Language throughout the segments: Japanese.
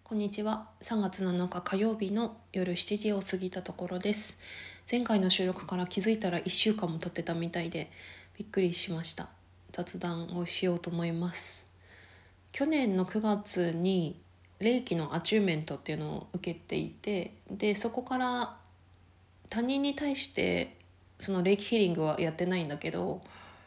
こんにちは。3月7日火曜日の夜7時を過ぎたところです。前回の収録から気づいたら1週間も経ってたみたいでびっくりしました。雑談をしようと思います。去年の9月に霊気のアチューメントっていうのを受けていて、でそこから他人に対してその霊気ヒーリングはやってないんだけど、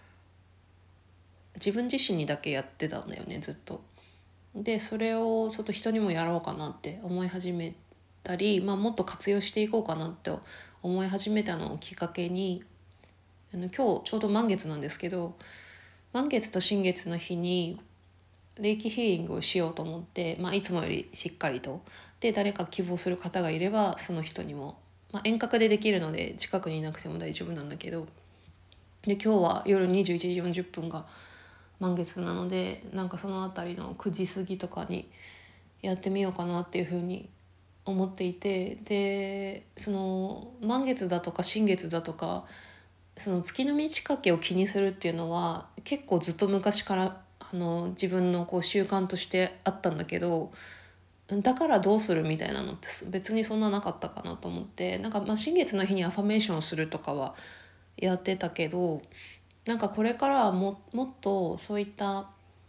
自分自身にだけやってたんだよね、ずっと。でそれをちょっと人にもやろうかなって思い始めたり、もっと活用していこうかなって思い始めたのをきっかけに、今日ちょうど満月なんですけど、満月と新月の日に霊気ヒーリングをしようと思って、いつもよりしっかりと、で誰か希望する方がいればその人にも、遠隔でできるので近くにいなくても大丈夫なんだけど、で今日は夜21時40分が満月なので、そのあたりの9時過ぎとかにやってみようかなっていうふうに思っていて、でその満月だとか新月だとか、その月の満ち欠けを気にするっていうのは結構ずっと昔から自分の習慣としてあったんだけど、だからどうするみたいなのって別にそんななかったかなと思って、新月の日にアファメーションをするとかはやってたけど、これからはもっとそういった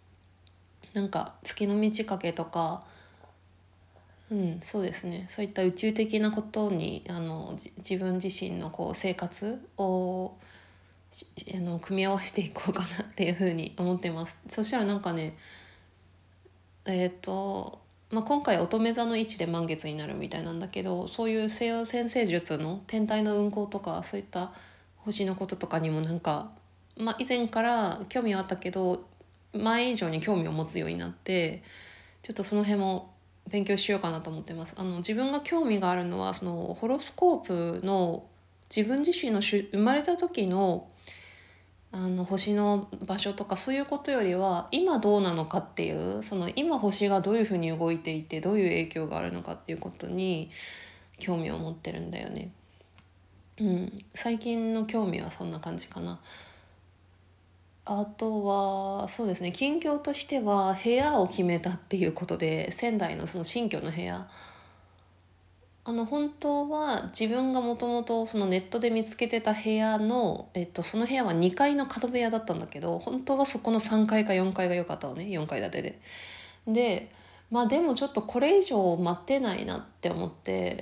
月の満ち欠けとか、そうですね、そういった宇宙的なことに自分自身の生活を組み合わせていこうかなっていうふうに思ってます。そしたらね、えっ、と今回乙女座の位置で満月になるみたいなんだけど、そういう西洋占星術の天体の運行とかそういった星のこととかにも以前から興味はあったけど前以上に興味を持つようになって、ちょっとその辺も勉強しようかなと思ってます。自分が興味があるのはそのホロスコープの自分自身の生まれた時の星の場所とかそういうことよりは今どうなのかっていう、その今星がどういうふうに動いていてどういう影響があるのかっていうことに興味を持ってるんだよね。最近の興味はそんな感じかな。あとはそうですね、近況としては部屋を決めたっていうことで、仙台のその新居の部屋、本当は自分がもともとそのネットで見つけてた部屋の、その部屋は2階の角部屋だったんだけど、本当はそこの3階か4階が良かったのね、4階建てで。ででもちょっとこれ以上待ってないなって思って、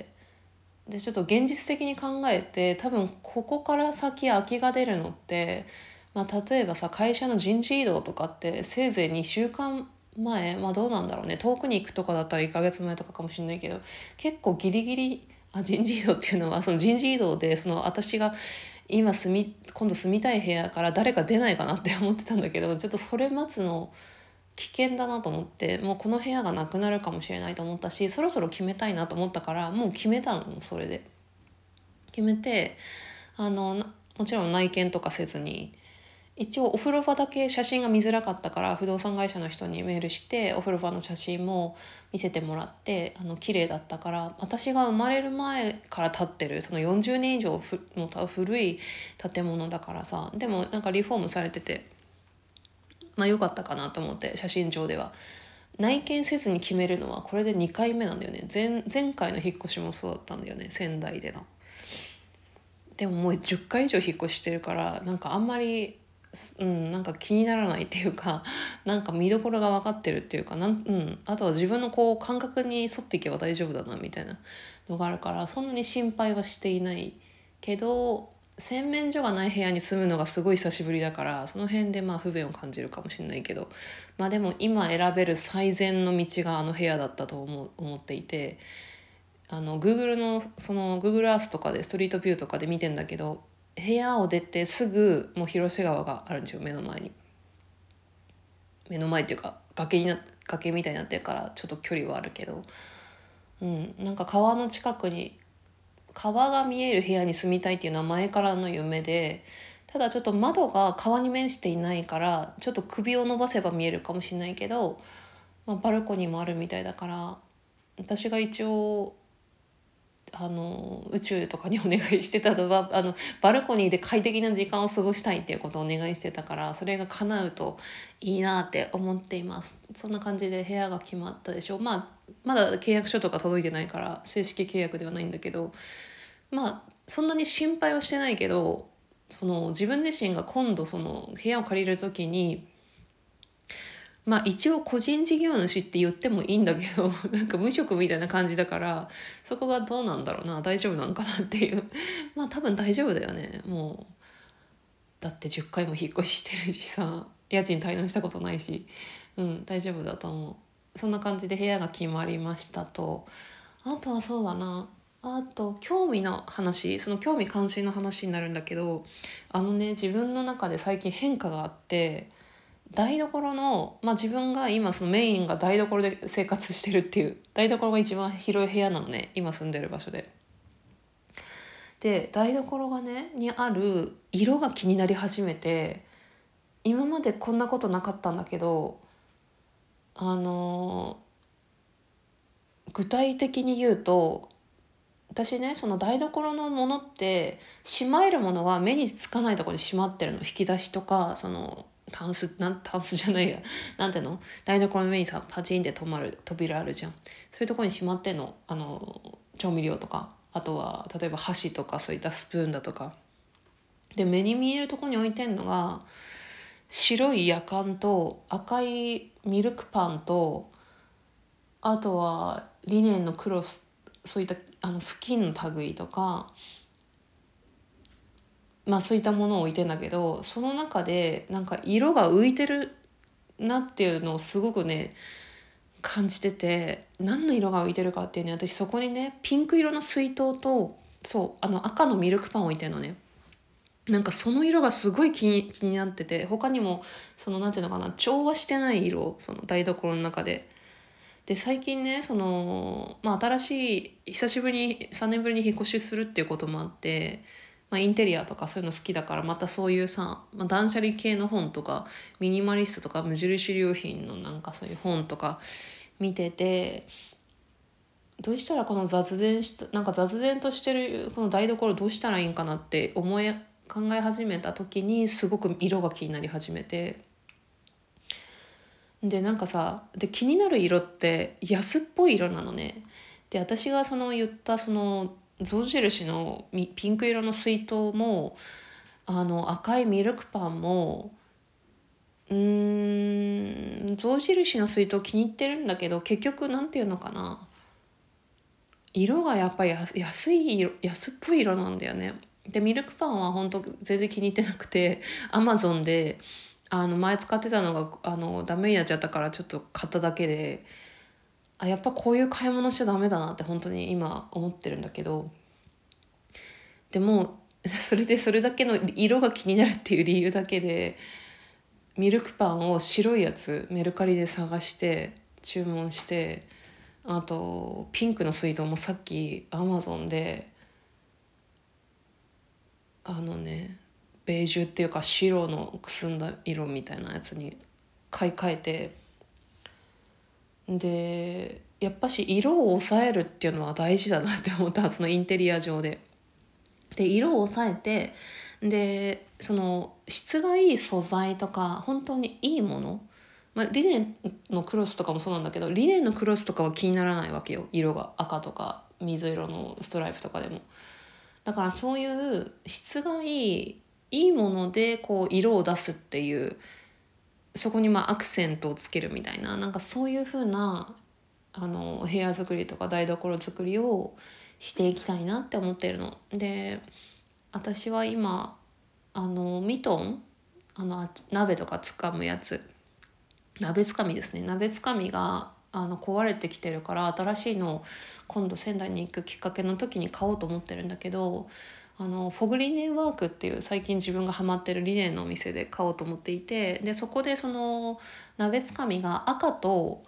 でちょっと現実的に考えて、多分ここから先空きが出るのって、例えばさ、会社の人事異動とかってせいぜい2週間前、どうなんだろうね、遠くに行くとかだったら1ヶ月前とかかもしれないけど、結構ギリギリ、人事異動っていうのはその人事異動で、その私が今度住みたい部屋から誰か出ないかなって思ってたんだけど、ちょっとそれ待つの危険だなと思って、もうこの部屋がなくなるかもしれないと思ったし、そろそろ決めたいなと思ったから、もう決めたの。それで決めて、もちろん内見とかせずに、一応お風呂場だけ写真が見づらかったから不動産会社の人にメールしてお風呂場の写真も見せてもらって、綺麗だったから、私が生まれる前から建ってるその40年以上もう古い建物だからさ、でもリフォームされてて良かったかなと思って、写真上では。内見せずに決めるのはこれで2回目なんだよね。前回の引っ越しもそうだったんだよね、仙台での。でももう10回以上引っ越してるから、あんまり、気にならないっていうか、見どころが分かってるっていうか、あとは自分の感覚に沿っていけば大丈夫だなみたいなのがあるから、そんなに心配はしていないけど、洗面所がない部屋に住むのがすごい久しぶりだから、その辺で不便を感じるかもしれないけど、でも今選べる最善の道があの部屋だったと思っていて、Google のその Google Earth とかでストリートビューとかで見てんだけど、部屋を出てすぐもう広瀬川があるんですよ、目の前に。目の前っていうか崖みたいになってるからちょっと距離はあるけど、川の近くに、川が見える部屋に住みたいっていうのは前からの夢で、ただちょっと窓が川に面していないからちょっと首を伸ばせば見えるかもしれないけど、バルコニーもあるみたいだから、私が一応宇宙とかにお願いしてたのはバルコニーで快適な時間を過ごしたいっていうことをお願いしてたから、それが叶うといいなって思っています。そんな感じで部屋が決まったでしょ。まだ契約書とか届いてないから正式契約ではないんだけど、そんなに心配はしてないけど、その自分自身が今度その部屋を借りる時に、一応個人事業主って言ってもいいんだけどなんか無職みたいな感じだから、そこがどうなんだろうな、大丈夫なんかなっていう多分大丈夫だよね。もうだって10回も引っ越ししてるしさ、家賃滞納したことないし、大丈夫だと思う。そんな感じで部屋が決まりましたと。あとはそうだな、あと興味の話、その興味関心の話になるんだけど、自分の中で最近変化があって、台所の、自分が今そのメインが台所で生活してるっていう、台所が一番広い部屋なのね、今住んでる場所で。で台所がねにある色が気になり始めて、今までこんなことなかったんだけど、あの具体的に言うと、私ねその台所のものってしまえるものは目につかないところにしまってるの。引き出しとか、そのタンスじゃないや、なんていうの、台所の上にさパチンって止まる扉あるじゃん。そういうところにしまってんの、調味料とか、あとは例えば箸とかそういったスプーンだとかで、目に見えるところに置いてんのが白いやかんと赤いミルクパンと、あとはリネンのクロス、そういった布巾の類とか、そういったものを置いてんだけど、その中でなんか色が浮いてるなっていうのをすごくね感じてて、何の色が浮いてるかっていうね、私そこにねピンク色の水筒と、そう赤のミルクパン置いてるのね。なんかその色がすごい気になってて、他にもそのなんていうのかな、調和してない色、その台所の中で。で最近ねその、新し久しぶりに3年ぶりに引っ越しするっていうこともあって、インテリアとかそういうの好きだから、またそういうさ、断捨離系の本とかミニマリストとか無印良品のなんかそういう本とか見てて、どうしたらこの雑然としてるこの台所どうしたらいいんかなって考え始めた時に、すごく色が気になり始めて、でなんかさ、で気になる色って安っぽい色なのね。で私がその言ったその象印のピンク色の水筒も赤いミルクパンも象印の水筒気に入ってるんだけど、結局なんていうのかな、色がやっぱり安っぽい色なんだよね。でミルクパンは本当全然気に入ってなくて、アマゾンで前使ってたのがダメになっちゃったからちょっと買っただけで、やっぱこういう買い物しちゃダメだなって本当に今思ってるんだけど、でもそれだけの色が気になるっていう理由だけでミルクパンを白いやつメルカリで探して注文して、あとピンクの水筒もさっきアマゾンでベージュっていうか白のくすんだ色みたいなやつに買い替えて、でやっぱし色を抑えるっていうのは大事だなって思った、そのインテリア上で。で色を抑えて、でその質がいい素材とか本当にいいもの、リネンのクロスとかもそうなんだけど、リネンのクロスとかは気にならないわけよ、色が赤とか水色のストライプとかでも。だからそういう質がいいものでこう色を出すっていう、そこにアクセントをつけるみたいな、なんかそういう風な部屋作りとか台所作りをしていきたいなって思ってるので、私は今ミトン、鍋とかつかむやつ、鍋つかみですね、鍋つかみが壊れてきてるから、新しいのを今度仙台に行くきっかけの時に買おうと思ってるんだけど、フォグリネンワークっていう最近自分がハマってるリネンのお店で買おうと思っていて、でそこでその鍋つかみが赤と、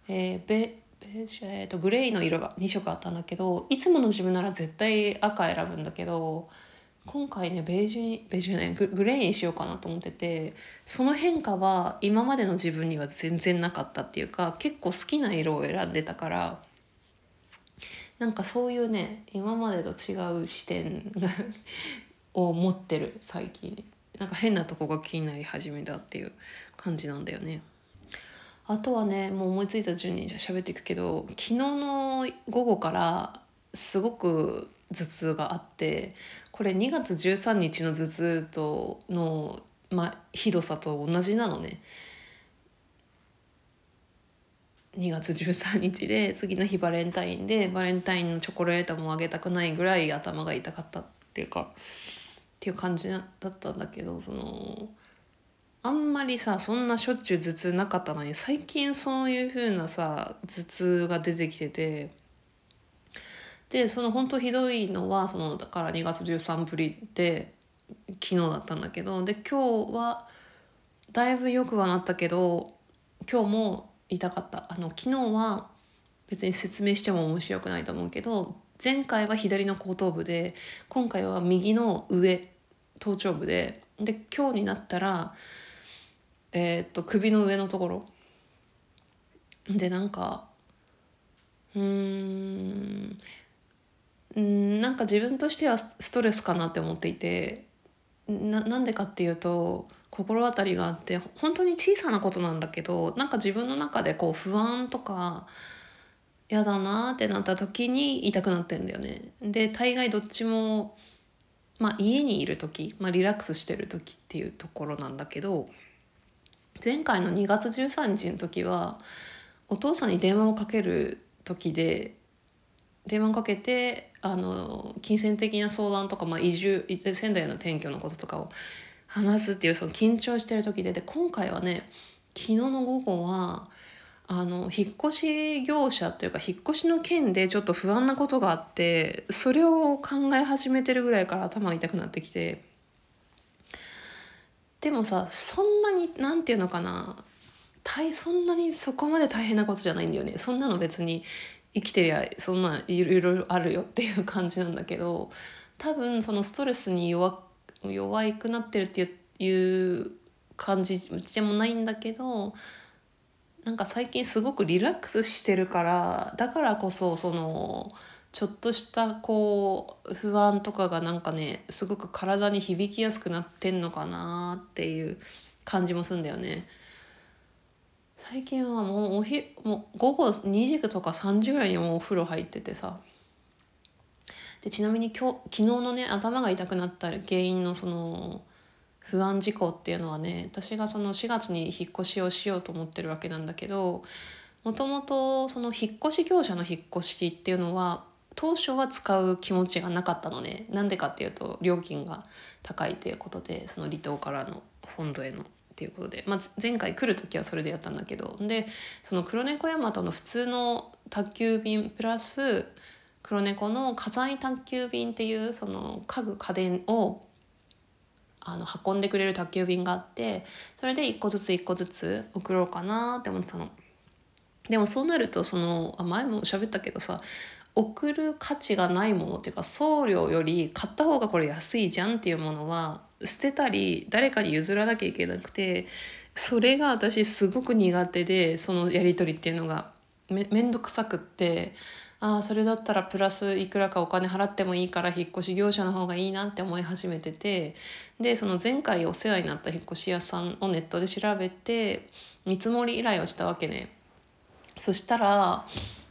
グレーの色が2色あったんだけど、いつもの自分なら絶対赤選ぶんだけど、今回ねベージュねグレーにしようかなと思ってて、その変化は今までの自分には全然なかったっていうか、結構好きな色を選んでたから、 なんかそういうね今までと違う視点を持ってる最近。なんか変なとこが気になり始めたっていう感じなんだよね。あとはねもう思いついた順にじゃあ喋っていくけど、昨日の午後からすごく頭痛があって、これ2月13日の頭痛との、ひどさと同じなのね。2月13日で次の日バレンタインで、バレンタインのチョコレートもあげたくないぐらい頭が痛かったっていうかっていう感じだったんだけど、あんまりさそんなしょっちゅう頭痛なかったのに、最近そういう風なさ頭痛が出てきてて、でその本当ひどいのはだから2月13ぶりで昨日だったんだけど、で今日はだいぶ良くはなったけど今日も痛かった。昨日は別に説明しても面白くないと思うけど、前回は左の後頭部で今回は右の上頭頂部で今日になったら首の上のところで、なんかなんか自分としてはストレスかなって思っていて、なんでかっていうと心当たりがあって、本当に小さなことなんだけど、なんか自分の中でこう不安とか嫌だなってなった時に痛くなってんだよね。で大概どっちも、家にいる時、リラックスしてる時っていうところなんだけど、前回の2月13日の時はお父さんに電話をかける時で、電話かけて金銭的な相談とか、仙台への転居のこととかを話すっていう緊張してる時で、今回はね昨日の午後は引っ越し業者というか引っ越しの件でちょっと不安なことがあって、それを考え始めてるぐらいから頭が痛くなってきて。でもさそんなになんていうのかな、そんなにそこまで大変なことじゃないんだよね。そんなの別に生きてりゃそんないろいろあるよっていう感じなんだけど、多分そのストレスに弱くなってるっていう感じでもないんだけど、なんか最近すごくリラックスしてるから、だからこそちょっとした不安とかがなんかねすごく体に響きやすくなってんのかなっていう感じもするんだよね。最近はもうもう午後2時とか3時ぐらいにもうお風呂入っててさ。でちなみに昨日のね頭が痛くなった原因の不安事項っていうのはね、私がその4月に引っ越しをしようと思ってるわけなんだけど、もともとその引っ越し業者の引っ越しっていうのは当初は使う気持ちがなかったのね。なんでかっていうと料金が高いということで、その離島からの本土へのっていうことで、前回来る時はそれでやったんだけど、でその黒猫ヤマトの普通の宅急便プラス黒猫の火災宅急便っていうその家具家電を運んでくれる宅急便があって、それで一個ずつ送ろうかなって思ってたの。でもそうなると前も喋ったけどさ、送る価値がないものっていうか送料より買った方がこれ安いじゃんっていうものは捨てたり誰かに譲らなきゃいけなくて、それが私すごく苦手で、そのやり取りっていうのがめんどくさくって、それだったらプラスいくらかお金払ってもいいから引っ越し業者の方がいいなって思い始めてて、でその前回お世話になった引っ越し屋さんをネットで調べて見積もり依頼をしたわけね。そしたら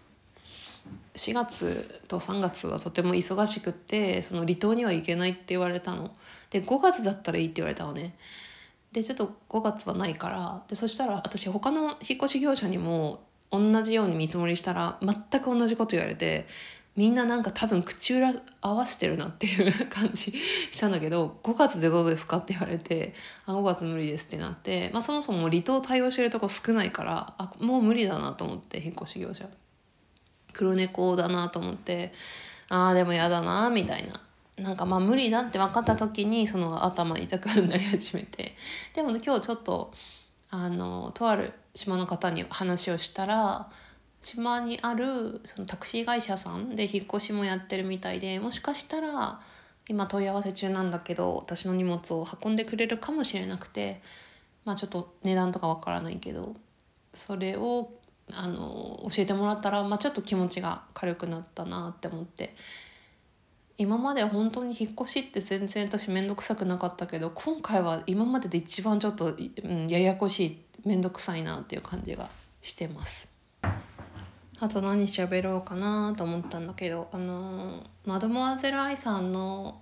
4月と3月はとても忙しくって、その離島には行けないって言われたので、5月だったらいいって言われたのね。でちょっと5月はないから、そしたら私他の引っ越し業者にも同じように見積もりしたら全く同じこと言われて、みんななんか多分口裏合わせてるなっていう感じしたんだけど、5月でどうですかって言われて、5月無理ですってなって、そもそも離島対応してるとこ少ないから、もう無理だなと思って、引っ越し業者黒猫だなと思って、でもやだなみたいな、なんか無理だって分かった時に頭痛くなり始めて、でも今日ちょっととある島の方に話をしたら、島にあるそのタクシー会社さんで引っ越しもやってるみたいで、もしかしたら今問い合わせ中なんだけど私の荷物を運んでくれるかもしれなくて、ちょっと値段とかわからないけどそれを教えてもらったら、ちょっと気持ちが軽くなったなって思って。今までは本当に引っ越しって全然私面倒くさくなかったけど、今回は今までで一番ちょっと、ややこしい、面倒くさいなっていう感じがしてます。あと何喋ろうかなと思ったんだけど、マドモアゼル愛さんの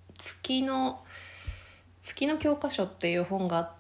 月の教科書っていう本があって、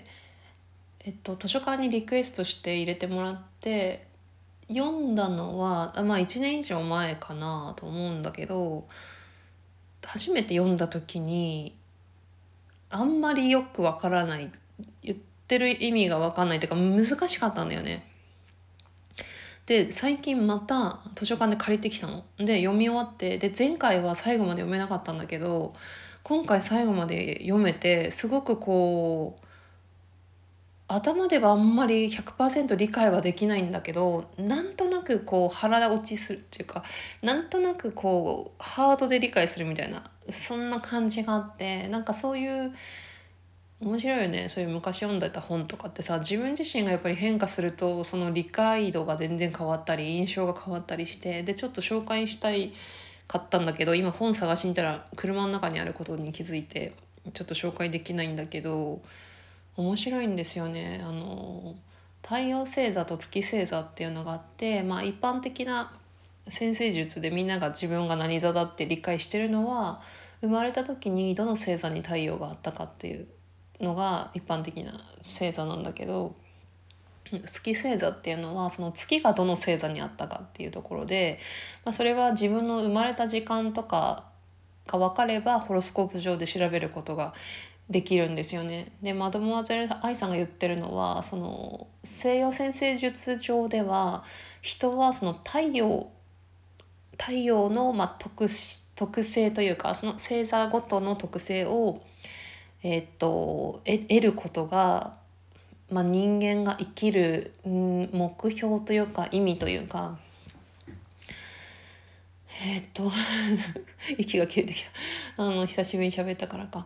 図書館にリクエストして入れてもらって読んだのは、1年以上前かなと思うんだけど、初めて読んだ時にあんまりよくわからない、言ってる意味がわかんないというか難しかったんだよね。で最近また図書館で借りてきたので読み終わって、で前回は最後まで読めなかったんだけど、今回最後まで読めて、すごくこう頭ではあんまり100%理解はできないんだけど、なんとなくこう腹落ちするっていうか、なんとなくこうハートで理解するみたいな、そんな感じがあって、なんかそういう面白いよね。そういう昔読んでた本とかってさ、自分自身がやっぱり変化するとその理解度が全然変わったり印象が変わったりして、でちょっと紹介したいかったんだけど、今本探しに行ったら車の中にあることに気づいてちょっと紹介できないんだけど、面白いんですよね。太陽星座と月星座っていうのがあって、一般的な占星術でみんなが自分が何座だって理解してるのは、生まれた時にどの星座に太陽があったかっていうのが一般的な星座なんだけど、月星座っていうのはその月がどの星座にあったかっていうところで、それは自分の生まれた時間とかが分かればホロスコープ上で調べることができるんですよね。でマドモアゼル・アイさんが言ってるのは、その西洋占星術上では人はその太陽の特性というか、その星座ごとの特性を、得ることが、人間が生きる、目標というか意味というか、息が切れてきた。久しぶりに喋ったからか。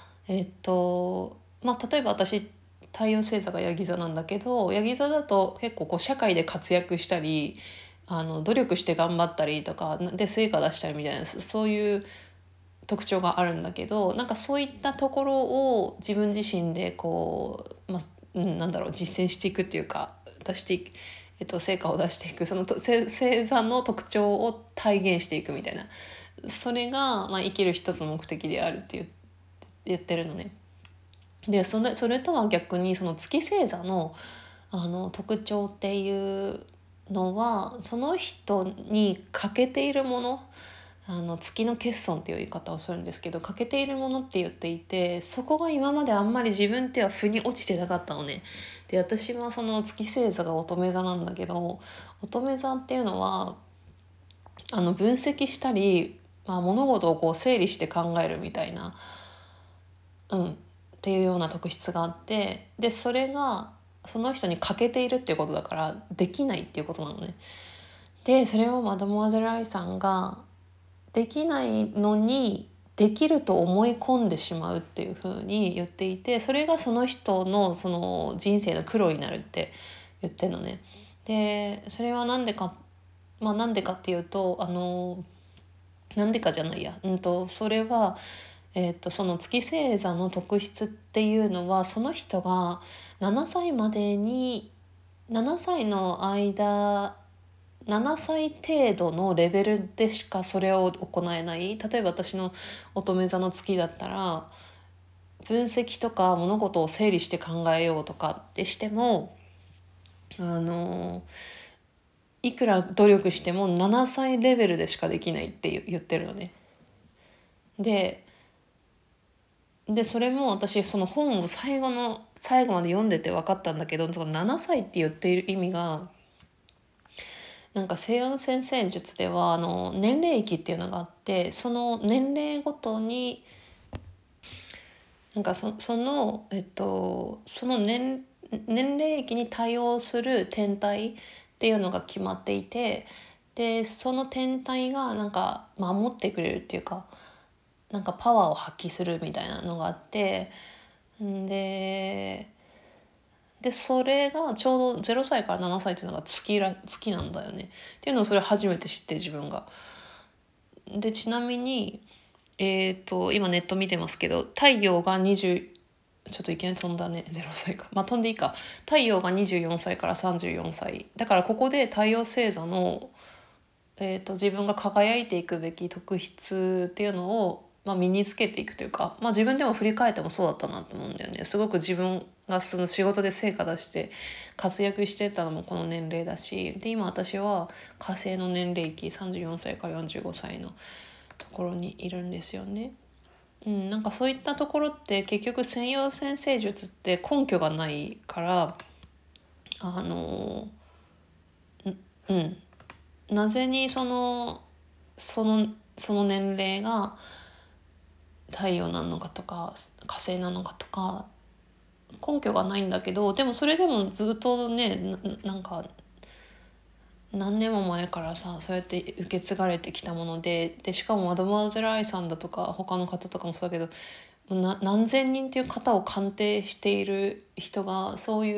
例えば私太陽星座がヤギ座なんだけど、ヤギ座だと結構こう社会で活躍したり、努力して頑張ったりとかで成果出したりみたいな、そういう特徴があるんだけど、なんかそういったところを自分自身でこう、実践していくっていうか、出していく、成果を出していく、その星座の特徴を体現していくみたいな、それが、生きる一つの目的であるって言ってるのね。でそれとは逆にその月星座の、特徴っていうのは、その人に欠けているもの、月の欠損っていう言い方をするんですけど、欠けているものって言っていて、そこが今まであんまり自分っては腑に落ちてなかったのね。で私はその月星座が乙女座なんだけど、乙女座っていうのは分析したり、物事をこう整理して考えるみたいな、っていうような特質があって、でそれがその人に欠けているっていうことだからできないっていうことなのね。でそれをマドモアゼル・アイさんができないのにできると思い込んでしまうっていう風に言っていて、それがその人のその人生の苦労になるって言ってるのね。でそれはなんでか、なんでかっていうと、なんでかじゃないや、それは、その月星座の特質っていうのは、その人が7歳までに7歳の間7歳程度のレベルでしかそれを行えない。例えば私の乙女座の月だったら、分析とか物事を整理して考えようとかってしても、いくら努力しても7歳レベルでしかできないって言ってるのね。でそれも私その本を最後まで読んでて分かったんだけど、その7歳って言っている意味が、なんか西洋占星術では年齢域っていうのがあって、その年齢ごとになんかその年齢域に対応する天体っていうのが決まっていて、でその天体がなんか守ってくれるっていうか、なんかパワーを発揮するみたいなのがあって、ででそれがちょうど0歳から7歳っていうのが月なんだよねっていうのをそれ初めて知って自分が。でちなみに今ネット見てますけど太陽が20ちょっといきなり飛んだね0歳かまあ飛んでいいか太陽が24歳から34歳だからここで太陽星座の、自分が輝いていくべき特質っていうのを、身につけていくというか、自分でも振り返ってもそうだったなと思うんだよね。すごく自分がその仕事で成果出して活躍してたのもこの年齢だしで今私は火星の年齢期34歳から45歳のところにいるんですよね。なんかそういったところって結局西洋占星術って根拠がないからあのうんなぜにその年齢が太陽なのかとか火星なのかとか根拠がないんだけどでもそれでもずっとねなんか何年も前からさそうやって受け継がれてきたものでしかもマドモアゼル愛さんだとか他の方とかもそうだけど何千人っていう方を鑑定している人が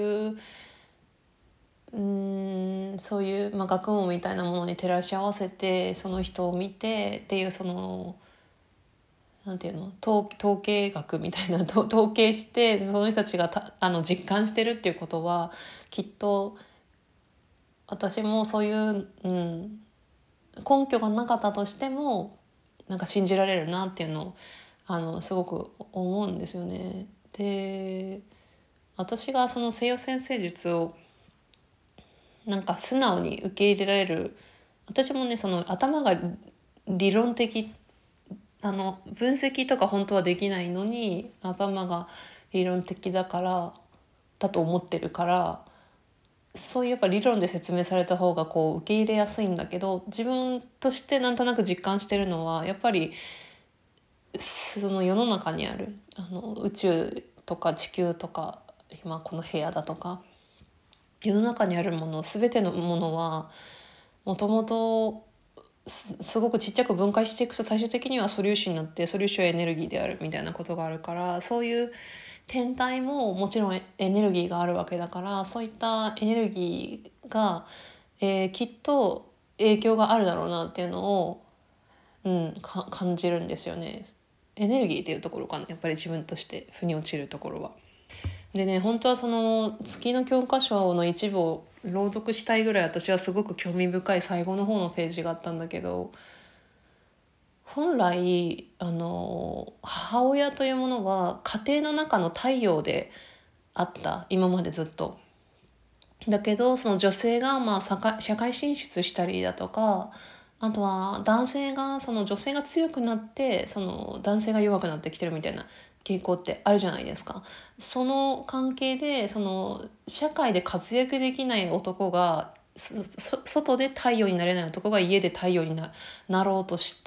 そういう、学問みたいなものに照らし合わせてその人を見てっていうなんていうの統計学みたいな統計してその人たちが実感してるっていうことはきっと私もそういう、根拠がなかったとしてもなんか信じられるなっていうのをすごく思うんですよね。で私がその西洋占星術をなんか素直に受け入れられる私もねその頭が理論的分析とか本当はできないのに頭が理論的だと思ってるからそういうやっぱ理論で説明された方がこう受け入れやすいんだけど自分としてなんとなく実感してるのはやっぱりその世の中にある宇宙とか地球とか今この部屋だとか世の中にあるもの全てのものはもともとすごくちっちゃく分解していくと最終的には素粒子になって素粒子はエネルギーであるみたいなことがあるからそういう天体ももちろんエネルギーがあるわけだからそういったエネルギーが、きっと影響があるだろうなっていうのを、感じるんですよね。エネルギーっていうところかなやっぱり自分として腑に落ちるところは。でね本当はその月の教科書の一部を朗読したいぐらい私はすごく興味深い最後の方のページがあったんだけど本来母親というものは家庭の中の太陽であった今までずっと。だけどその女性が社会進出したりだとかあとは男性がその女性が強くなってその男性が弱くなってきてるみたいな傾向ってあるじゃないですか。その関係でその社会で活躍できない男が外で太陽になれない男が家で太陽になろうとして、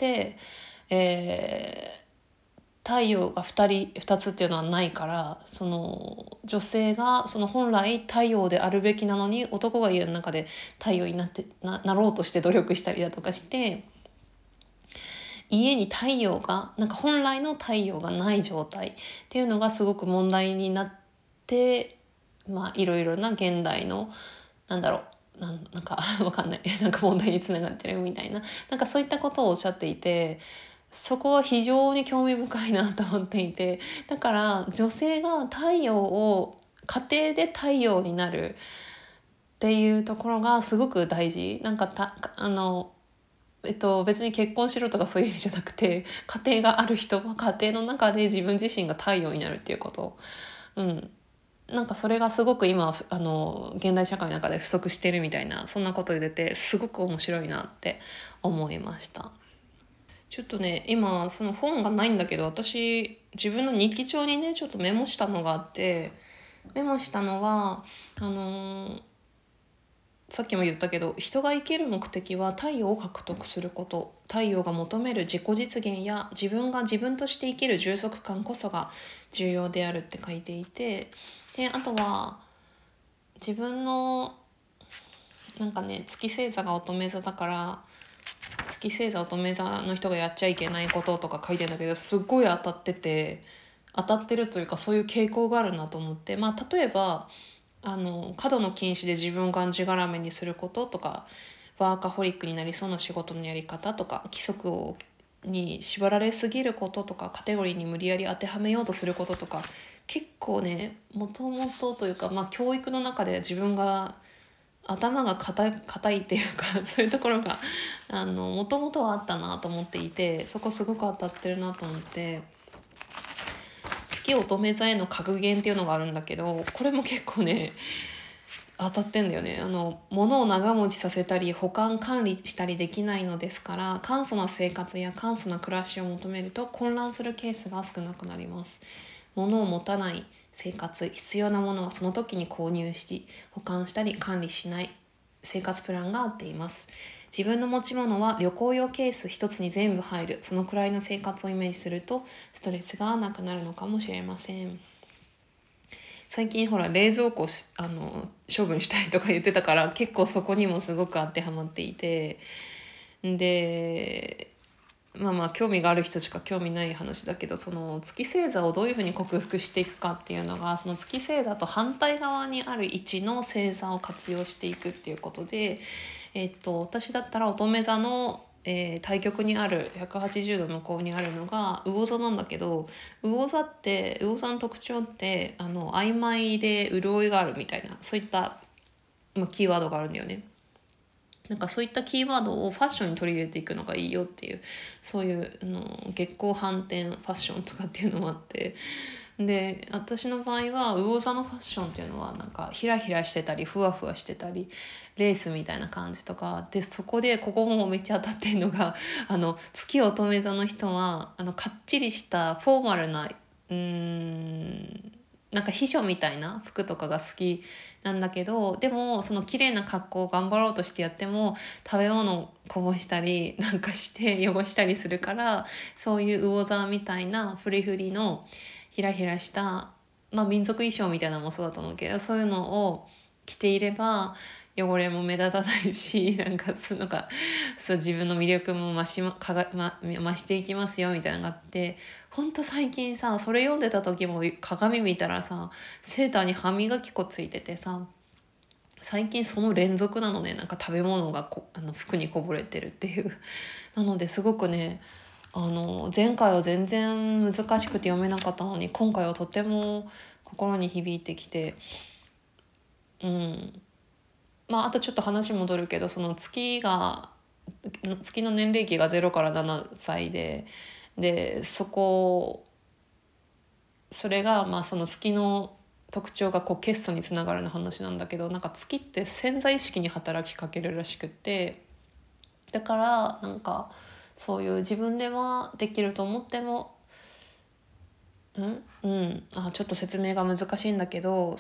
太陽が2つっていうのはないからその女性がその本来太陽であるべきなのに男が家の中で太陽になろうとして努力したりだとかして家に太陽がなんか本来の太陽がない状態っていうのがすごく問題になっていろいろな現代のなんだろうなんかわかんないなんか問題につながってるみたいななんかそういったことをおっしゃっていてそこは非常に興味深いなと思っていてだから女性が太陽を家庭で太陽になるっていうところがすごく大事なんか別に結婚しろとかそういう意味じゃなくて家庭がある人は家庭の中で自分自身が太陽になるっていうこと、なんかそれがすごく今現代社会の中で不足してるみたいなそんなこと言っててすごく面白いなって思いました。ちょっとね今その本がないんだけど私自分の日記帳にねちょっとメモしたのがあってメモしたのはあのーさっきも言ったけど人が生きる目的は太陽を獲得すること太陽が求める自己実現や自分が自分として生きる充足感こそが重要であるって書いていてであとは自分のなんかね月星座が乙女座だから月星座乙女座の人がやっちゃいけないこととか書いてんだけどすっごい当たってるというかそういう傾向があるなと思って例えば過度の禁止で自分をがんじがらめにすることとか、ワーカホリックになりそうな仕事のやり方とか、規則に縛られすぎることとか、カテゴリーに無理やり当てはめようとすることとか、結構ね、もともとというか、教育の中で自分が頭が硬いっていうかそういうところがもともとはあったなと思っていて、そこすごく当たってるなと思って。月乙女座への格言っていうのがあるんだけど、これも結構ね当たってんだよね。物を長持ちさせたり保管管理したりできないのですから、簡素な生活や簡素な暮らしを求めると混乱するケースが少なくなります。物を持たない生活、必要なものはその時に購入し保管したり管理しない生活プランが合っています。自分の持ち物は旅行用ケース一つに全部入る、そのくらいの生活をイメージするとストレスがなくなるのかもしれません。最近ほら冷蔵庫処分したいとか言ってたから、結構そこにもすごく当てはまっていて、で興味がある人しか興味ない話だけど、その月星座をどういうふうに克服していくかっていうのが、その月星座と反対側にある位置の星座を活用していくっていうことで、私だったら乙女座の、対極にある180度向こうにあるのが魚座なんだけど、魚座の特徴って曖昧で潤いがあるみたいな、そういった、キーワードがあるんだよね。なんかそういったキーワードをファッションに取り入れていくのがいいよっていう、そういう月光反転ファッションとかっていうのもあって、で私の場合は魚座のファッションっていうのはなんかヒラヒラしてたりふわふわしてたりレースみたいな感じとかで、そこでここもめっちゃ当たってるのが月乙女座の人はかっちりしたフォーマルななんか秘書みたいな服とかが好きなんだけど、でもその綺麗な格好を頑張ろうとしてやっても食べ物をこぼしたりなんかして汚したりするから、そういう魚座みたいなフリフリのヒラヒラした、民族衣装みたいなのもそうだと思うけど、そういうのを着ていれば汚れも目立たないし、そう自分の魅力も増していきますよみたいなのがあって、ほんと最近さ、それ読んでた時も鏡見たらさ、セーターに歯磨き粉ついててさ、最近その連続なのね。なんか食べ物が服にこぼれてるっていうなのですごくね、前回は全然難しくて読めなかったのに、今回はとても心に響いてきて、あとちょっと話戻るけど、その月の年齢期が0から7歳でそれがその月の特徴が欠素につながるの話なんだけど、なんか月って潜在意識に働きかけるらしくって、だからなんかそういう自分ではできると思ってもちょっと説明が難しいんだけど、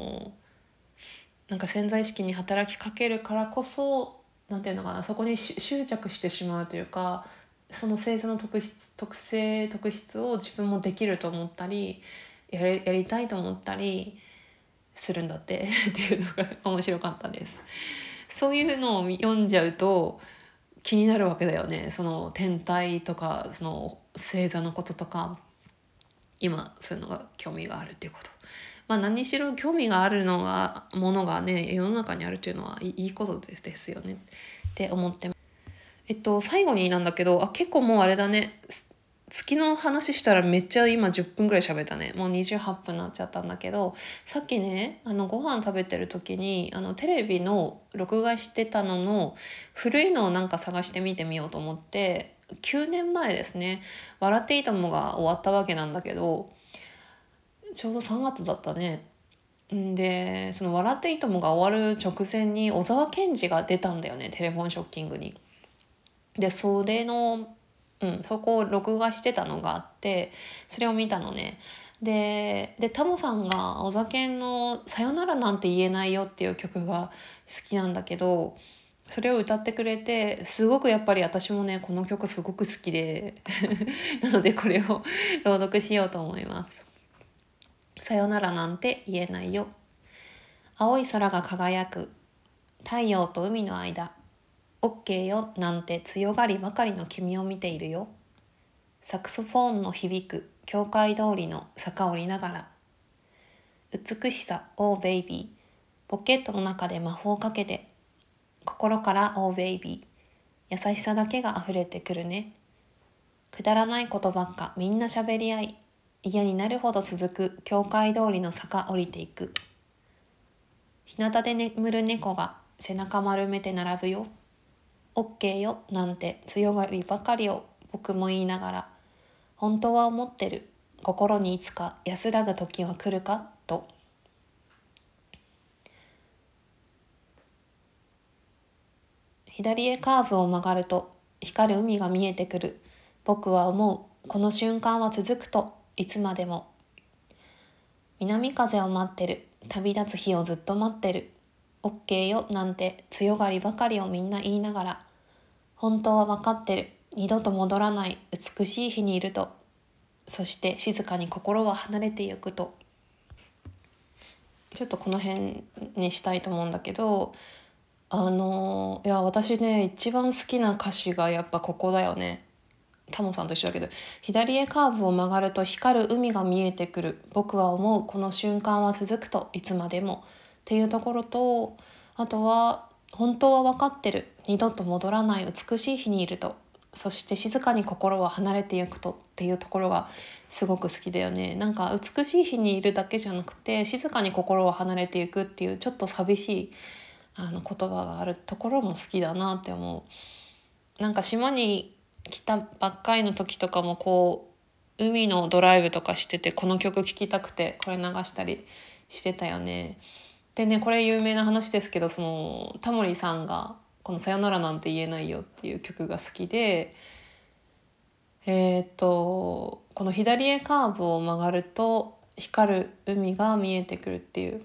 なんか潜在意識に働きかけるからこそ、なんていうのかな、そこに執着してしまうというか、その星座の特質を自分もできると思ったりやりたいと思ったりするんだってっていうのが面白かったです。そういうのを読んじゃうと気になるわけだよね。その天体とかその星座のこととか、今そういうのが興味があるっていうこと。何にしろ興味があるものがね、世の中にあるっていうのはいいことですよねって思って。最後になんだけど、結構もうあれだね。月の話したらめっちゃ今10分ぐらい喋ったね。もう28分になっちゃったんだけど、さっきね、ご飯食べてる時に、テレビの録画してたのの古いのをなんか探してみてみようと思って、9年前ですね、笑っていいともが終わったわけなんだけど、ちょうど3月だったね。で、その笑っていいともが終わる直前に小沢健二が出たんだよね、テレフォンショッキングに。でそこを録画してたのがあって、それを見たのね。でタモさんが小沢健の「さよならなんて言えないよ」っていう曲が好きなんだけど、それを歌ってくれて、すごくやっぱり私もねこの曲すごく好きでなのでこれを朗読しようと思います。さよならなんて言えないよ。青い空が輝く太陽と海の間、オッケーよなんて強がりばかりの君を見ているよ。サクソフォーンの響く教会通りの坂降りながら、美しさ、Oh baby、 ポケットの中で魔法をかけて、心から「Oh baby」優しさだけが溢れてくるね。くだらないことばっかみんな喋り合い、嫌になるほど続く教会通りの坂降りていく。日向で眠る猫が背中丸めて並ぶよ。オッケーよなんて強がりばかりを僕も言いながら、本当は思ってる。心にいつか安らぐ時は来るかと。左へカーブを曲がると光る海が見えてくる。僕は思う。この瞬間は続くといつまでも。南風を待ってる。旅立つ日をずっと待ってる。オッケーよなんて強がりばかりをみんな言いながら、本当は分かってる。二度と戻らない美しい日にいると。そして静かに心は離れてゆくと。ちょっとこの辺にしたいと思うんだけど、いや私ね一番好きな歌詞がやっぱここだよね。タモさんと一緒だけど、左へカーブを曲がると光る海が見えてくる。僕は思う。この瞬間は続くといつまでもっていうところと、あとは本当は分かってる。二度と戻らない美しい日にいると。そして静かに心は離れてゆくとっていうところがすごく好きだよね。なんか美しい日にいるだけじゃなくて、静かに心は離れていくっていうちょっと寂しい言葉があるところも好きだなって思う。なんか島に来たばっかりの時とかもこう海のドライブとかしてて、この曲聴きたくてこれ流したりしてたよね。でね、これ有名な話ですけど、そのタモリさんがこの「さよならなんて言えないよ」っていう曲が好きで、この左へカーブを曲がると光る海が見えてくるっていう、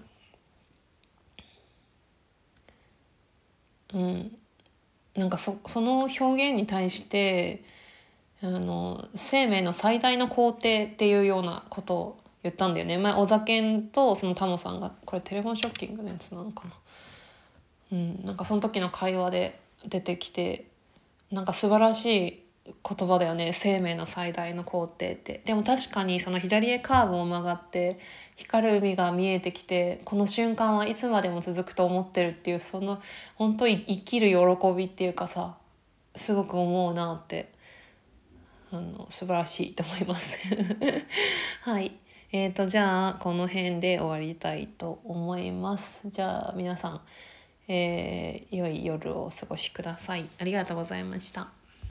うん、なんかその表現に対して生命の最大の肯定っていうようなことを言ったんだよね。前お酒とそのタモさんが、これテレフォンショッキングのやつなのかな、なんかその時の会話で出てきて、なんか素晴らしい言葉だよね、生命の最大の肯定って。でも確かにその左へカーブを曲がって光る海が見えてきて、この瞬間はいつまでも続くと思ってるっていう、その本当に生きる喜びっていうかさ、すごく思うなって、素晴らしいと思いますはい。じゃあこの辺で終わりたいと思います。じゃあ皆さん、良い夜をお過ごしください。ありがとうございました。